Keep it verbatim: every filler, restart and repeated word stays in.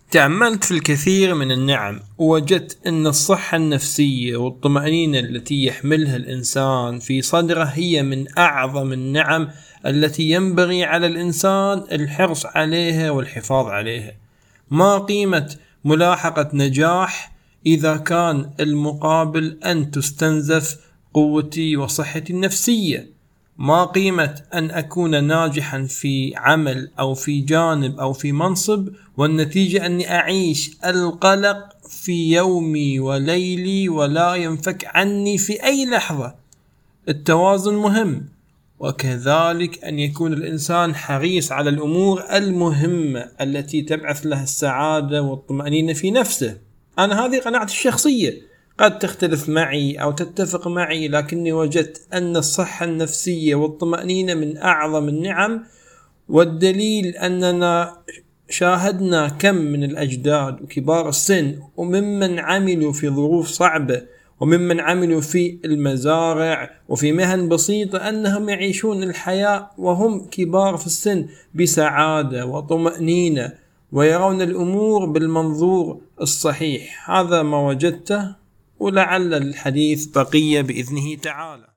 تأملت في الكثير من النعم، ووجدت أن الصحة النفسية والطمأنينة التي يحملها الإنسان في صدره هي من أعظم النعم التي ينبغي على الإنسان الحرص عليها والحفاظ عليها. ما قيمة ملاحقة نجاح إذا كان المقابل أن تستنزف قوتي وصحتي النفسية؟ ما قيمة أن أكون ناجحا في عمل أو في جانب أو في منصب والنتيجة أني أعيش القلق في يومي وليلي ولا ينفك عني في أي لحظة؟ التوازن مهم، وكذلك أن يكون الإنسان حريص على الأمور المهمة التي تبعث له السعادة والطمأنينة في نفسه. أنا هذه قناعتي الشخصية، قد تختلف معي أو تتفق معي، لكني وجدت أن الصحة النفسية والطمأنينة من أعظم النعم، والدليل أننا شاهدنا كم من الأجداد وكبار السن وممن عملوا في ظروف صعبة وممن عملوا في المزارع وفي مهن بسيطة أنهم يعيشون الحياة وهم كبار في السن بسعادة وطمأنينة ويرون الأمور بالمنظور الصحيح. هذا ما وجدته، ولعل الحديث بقية بإذنه تعالى.